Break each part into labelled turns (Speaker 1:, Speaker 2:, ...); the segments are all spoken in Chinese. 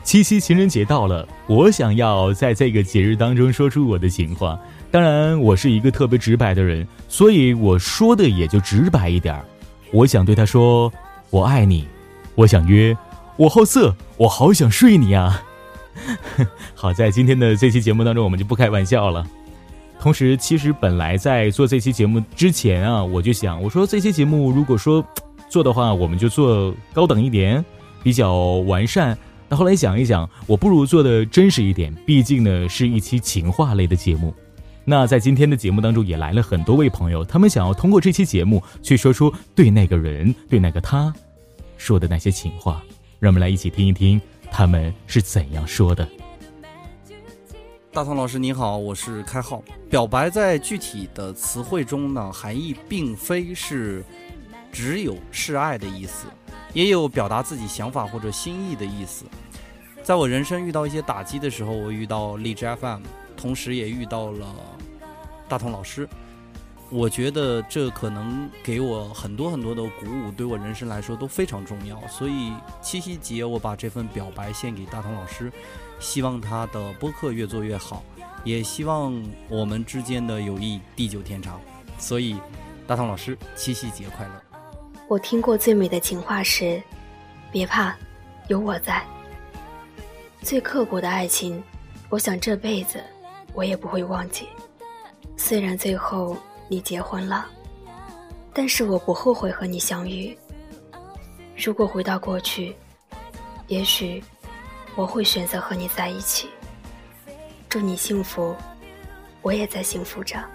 Speaker 1: 七夕情人节到了，我想要在这个节日当中说出我的情话。当然，我是一个特别直白的人，所以我说的也就直白一点。我想对他说，我爱你。我想约，我好色，我好想睡你啊。好在今天的这期节目当中，我们就不开玩笑了。同时，其实本来在做这期节目之前啊，我就想，我说这期节目如果说做的话，我们就做高等一点，比较完善。那后来想一想，我不如做的真实一点，毕竟呢是一期情话类的节目。那在今天的节目当中也来了很多位朋友，他们想要通过这期节目去说出对那个人，对那个他说的那些情话。让我们来一起听一听他们是怎样说的。
Speaker 2: 大同老师你好，我是开浩。表白在具体的词汇中呢，含义并非是只有示爱的意思，也有表达自己想法或者心意的意思。在我人生遇到一些打击的时候，我遇到荔枝 FM， 同时也遇到了大同老师。我觉得这可能给我很多很多的鼓舞，对我人生来说都非常重要。所以七夕节我把这份表白献给大同老师，希望他的播客越做越好，也希望我们之间的友谊地久天长。所以大同老师，七夕节快乐。
Speaker 3: 我听过最美的情话是，别怕，有我在。最刻骨的爱情，我想这辈子我也不会忘记。虽然最后你结婚了，但是我不后悔和你相遇。如果回到过去，也许我会选择和你在一起。祝你幸福，我也在幸福着。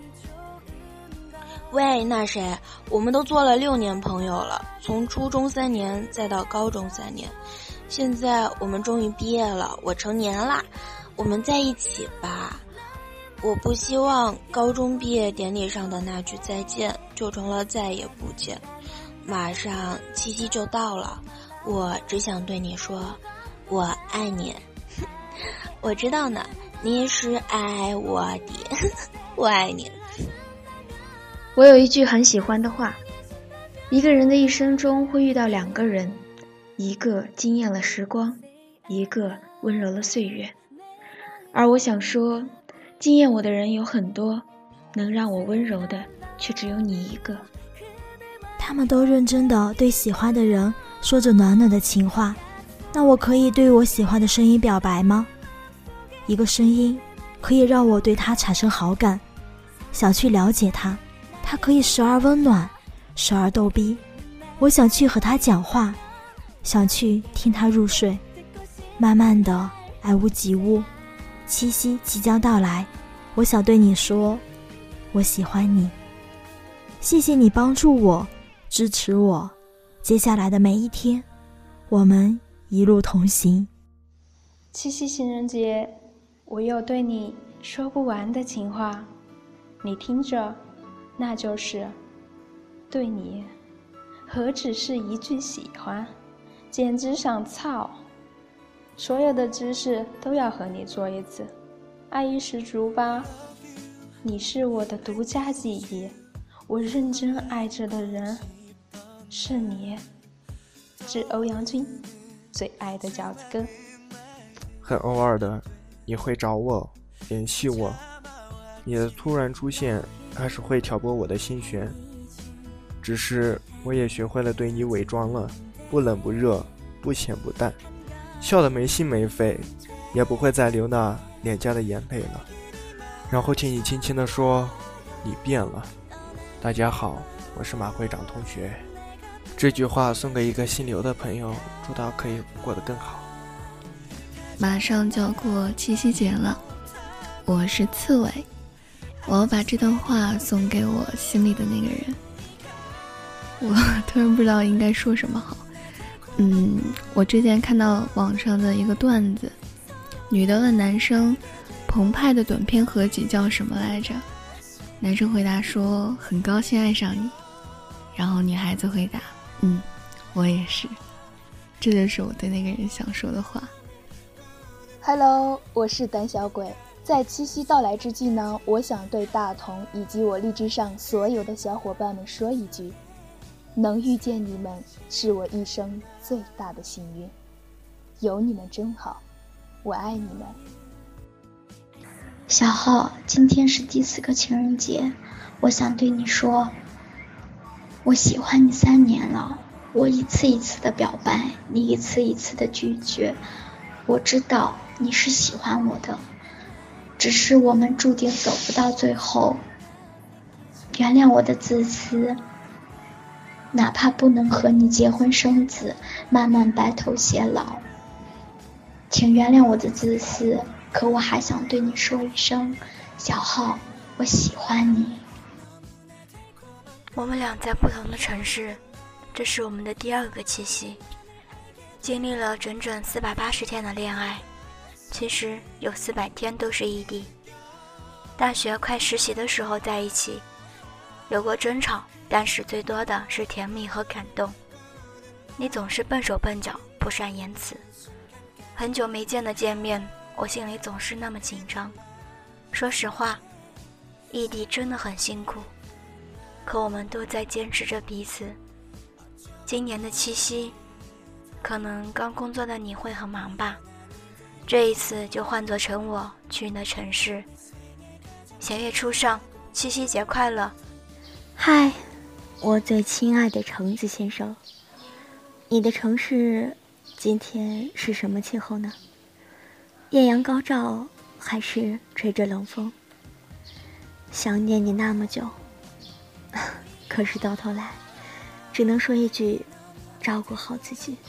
Speaker 4: 喂，那谁，我们都做了6年朋友了，从初中3年再到高中3年，现在我们终于毕业了，我成年啦，我们在一起吧。我不希望高中毕业典礼上的那句再见就成了再也不见。马上七夕就到了，我只想对你说，我爱你。我知道呢，你是爱我的，我爱你。
Speaker 5: 我有一句很喜欢的话，一个人的一生中会遇到2个人，一个惊艳了时光，一个温柔了岁月。而我想说，惊艳我的人有很多，能让我温柔的却只有你一个。
Speaker 6: 他们都认真的对喜欢的人说着暖暖的情话，那我可以对我喜欢的声音表白吗？一个声音可以让我对他产生好感，想去了解他，他可以时而温暖，时而逗逼。我想去和他讲话，想去听他入睡，慢慢的爱屋及乌。七夕即将到来，我想对你说，我喜欢你。谢谢你帮助我，支持我，接下来的每一天，我们一路同行。
Speaker 7: 七夕情人节，我有对你说不完的情话，你听着，那就是对你，何止是一句喜欢，简直想操。所有的姿势都要和你做一次，爱意十足吧。你是我的独家记忆，我认真爱着的人是你。致欧阳军，最爱的饺子哥。
Speaker 8: 很偶尔的，你会找我，联系我，你的突然出现还是会挑拨我的心弦。只是我也学会了对你伪装了，不冷不热，不咸不淡，笑得没心没肺，也不会再流那脸颊的眼泪了。然后听你轻轻地说，你变了。大家好，我是马会长同学。这句话送给一个姓刘的朋友，祝他可以过得更好。
Speaker 9: 马上就要过七夕节了，我是刺猬，我要把这段话送给我心里的那个人。我突然不知道应该说什么好。我之前看到网上的一个段子，女的问男生澎湃的短篇合集叫什么来着，男生回答说很高兴爱上你，然后女孩子回答我也是。这就是我对那个人想说的话。
Speaker 10: Hello， 我是胆小鬼。在七夕到来之际呢，我想对大同以及我荔枝上所有的小伙伴们说一句，能遇见你们是我一生最大的幸运。 有你们真好，我爱你们。
Speaker 5: 小浩，今天是第4个情人节，我想对你说，我喜欢你3年了，我一次一次的表白，你一次一次的拒绝，我知道你是喜欢我的，只是我们注定走不到最后。原谅我的自私，哪怕不能和你结婚生子，慢慢白头偕老，请原谅我的自私，可我还想对你说一声，小浩，我喜欢你。
Speaker 6: 我们俩在不同的城市，这是我们的第2个七夕，经历了整整480天的恋爱，其实有400天都是异地。大学快实习的时候在一起，有过争吵，但是最多的是甜蜜和感动。你总是笨手笨脚，不善言辞，很久没见的见面，我心里总是那么紧张。说实话，异地真的很辛苦，可我们都在坚持着彼此。今年的七夕，可能刚工作的你会很忙吧，这一次就换作成我去你的城市。弦月初上，七夕节快乐。
Speaker 11: 嗨，我最亲爱的橙子先生，你的城市今天是什么气候呢？艳阳高照，还是吹着冷风？想念你那么久，可是到头来只能说一句，照顾好自己。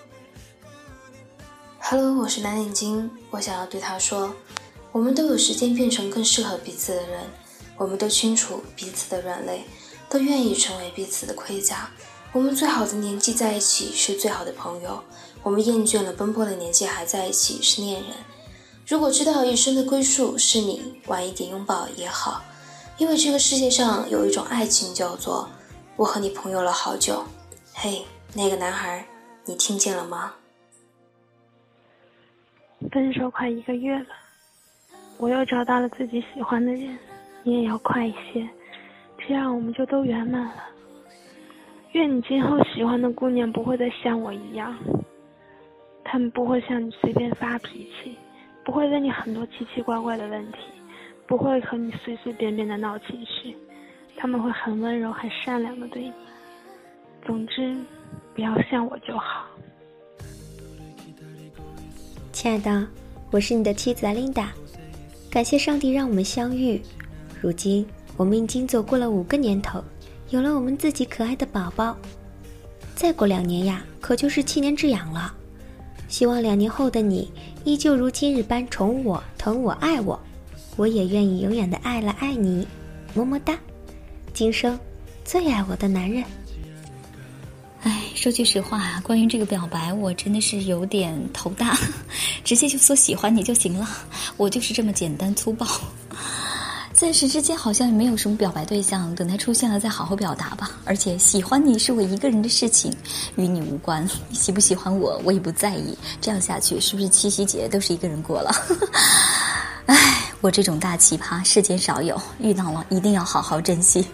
Speaker 12: Hello， 我是蓝眼睛，我想要对他说，我们都有时间变成更适合彼此的人，我们都清楚彼此的软肋，都愿意成为彼此的盔甲。我们最好的年纪在一起是最好的朋友，我们厌倦了奔波的年纪还在一起是恋人。如果知道一生的归宿是你，晚一点拥抱也好，因为这个世界上有一种爱情叫做我和你朋友了好久。嘿，那个男孩，你听见了吗？
Speaker 7: 分手快1个月了，我又找到了自己喜欢的人，你也要快一些，这样我们就都圆满了。愿你今后喜欢的姑娘不会再像我一样，她们不会向你随便发脾气，不会问你很多奇奇怪怪的问题，不会和你随随便便的闹情绪，她们会很温柔很善良的对你。总之不要像我就好。
Speaker 11: 亲爱的，我是你的妻子琳达，感谢上帝让我们相遇。如今我们已经走过了5个年头，有了我们自己可爱的宝宝。再过2年呀，可就是7年之痒了。希望2年后的你依旧如今日般宠我、疼我、爱我，我也愿意永远的爱了爱你，么么哒，今生最爱我的男人。
Speaker 13: 说句实话，关于这个表白，我真的是有点头大，直接就说喜欢你就行了，我就是这么简单粗暴。暂时之间好像也没有什么表白对象，等他出现了再好好表达吧。而且喜欢你是我一个人的事情，与你无关。你喜不喜欢我，我也不在意。这样下去，是不是七夕节都是一个人过了？我这种大奇葩世间少有，遇到了一定要好好珍惜。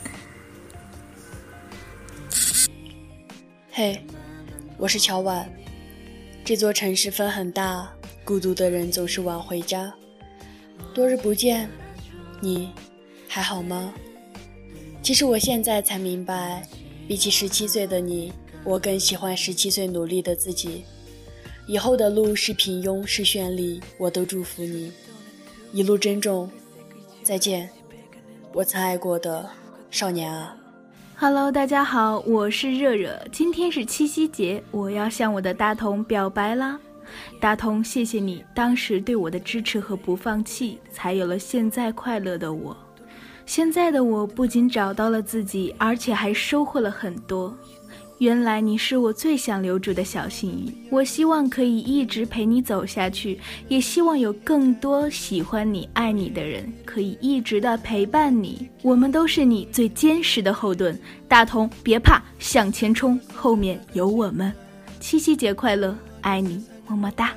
Speaker 14: 嘿，我是乔婉。这座城市风很大，孤独的人总是晚回家。多日不见，你还好吗？其实我现在才明白，比起17岁的你，我更喜欢17岁努力的自己。以后的路是平庸是绚丽，我都祝福你，一路珍重。再见，我曾爱过的少年啊。
Speaker 15: Hello， 大家好，我是热热。今天是七夕节，我要向我的大同表白啦！大同，谢谢你当时对我的支持和不放弃，才有了现在快乐的我。现在的我不仅找到了自己，而且还收获了很多。原来你是我最想留住的小幸运，我希望可以一直陪你走下去，也希望有更多喜欢你爱你的人可以一直的陪伴你，我们都是你最坚实的后盾。大同别怕，向前冲，后面有我们。七夕节快乐，爱你，么么哒。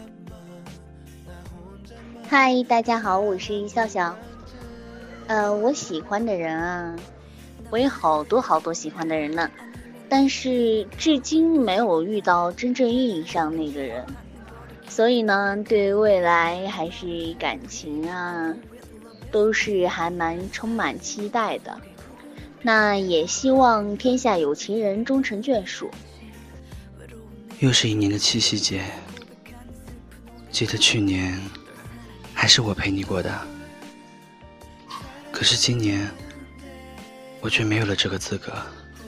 Speaker 16: 嗨，大家好，我是笑笑。我喜欢的人啊，我有好多喜欢的人呢，但是至今没有遇到真正意义上那个人。 所以呢，对未来还是感情啊，都是还蛮充满期待的。那也希望天下有情人终成眷属。
Speaker 17: 又是一年的七夕节，记得去年还是我陪你过的，可是今年我却没有了这个资格。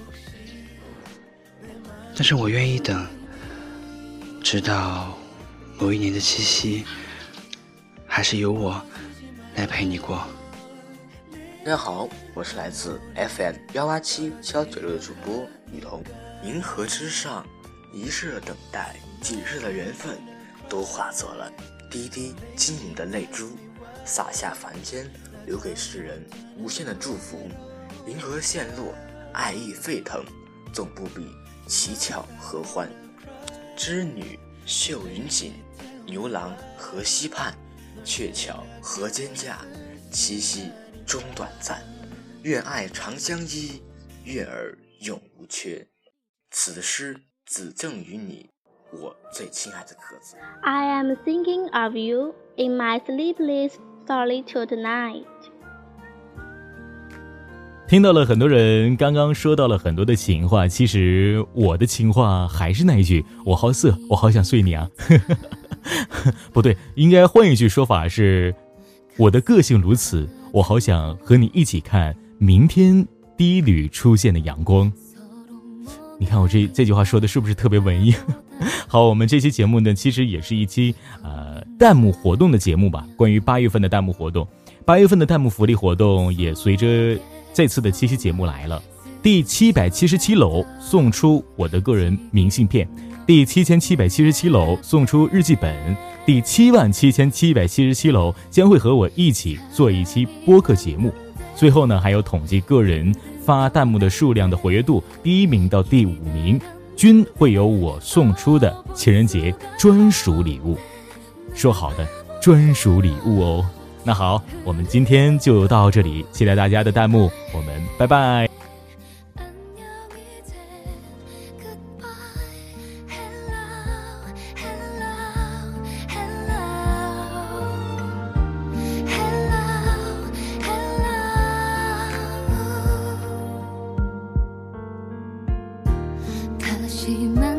Speaker 17: 但是我愿意等，直到某一年的七夕，还是由我来陪你过。
Speaker 18: 大家好，我是来自 FM 187-796的主播雨桐。银河之上，一世的等待，几世的缘分，都化作了滴滴晶莹的泪珠，洒下凡间，留给世人无限的祝福。银河陷落，爱意沸腾，总不比乞巧合欢。织女绣云锦，牛郎河西畔，鹊桥河间架，七夕终短暂。愿爱长相依，愿儿永无缺。此诗只赠于你，我最亲爱的鸽子。
Speaker 19: I am thinking of you in my sleepless solitude tonight。
Speaker 1: 听到了很多人刚刚说到了很多的情话，其实我的情话还是那一句，我好色，我好想睡你啊。不对，应该换一句说法是，我的个性如此，我好想和你一起看明天第一缕出现的阳光。你看我这句话说的是不是特别文艺？好，我们这期节目呢，其实也是一期弹幕活动的节目吧。关于8月份的弹幕活动，8月份的弹幕福利活动也随着这次的七夕节目来了。第777楼送出我的个人明信片，第7777楼送出日记本，第77777楼将会和我一起做一期播客节目。最后呢，还有统计个人发弹幕的数量的活跃度，第1名到第5名均会有我送出的情人节专属礼物。说好的专属礼物哦。那好，我们今天就到这里，期待大家的弹幕，我们拜拜。
Speaker 20: 可惜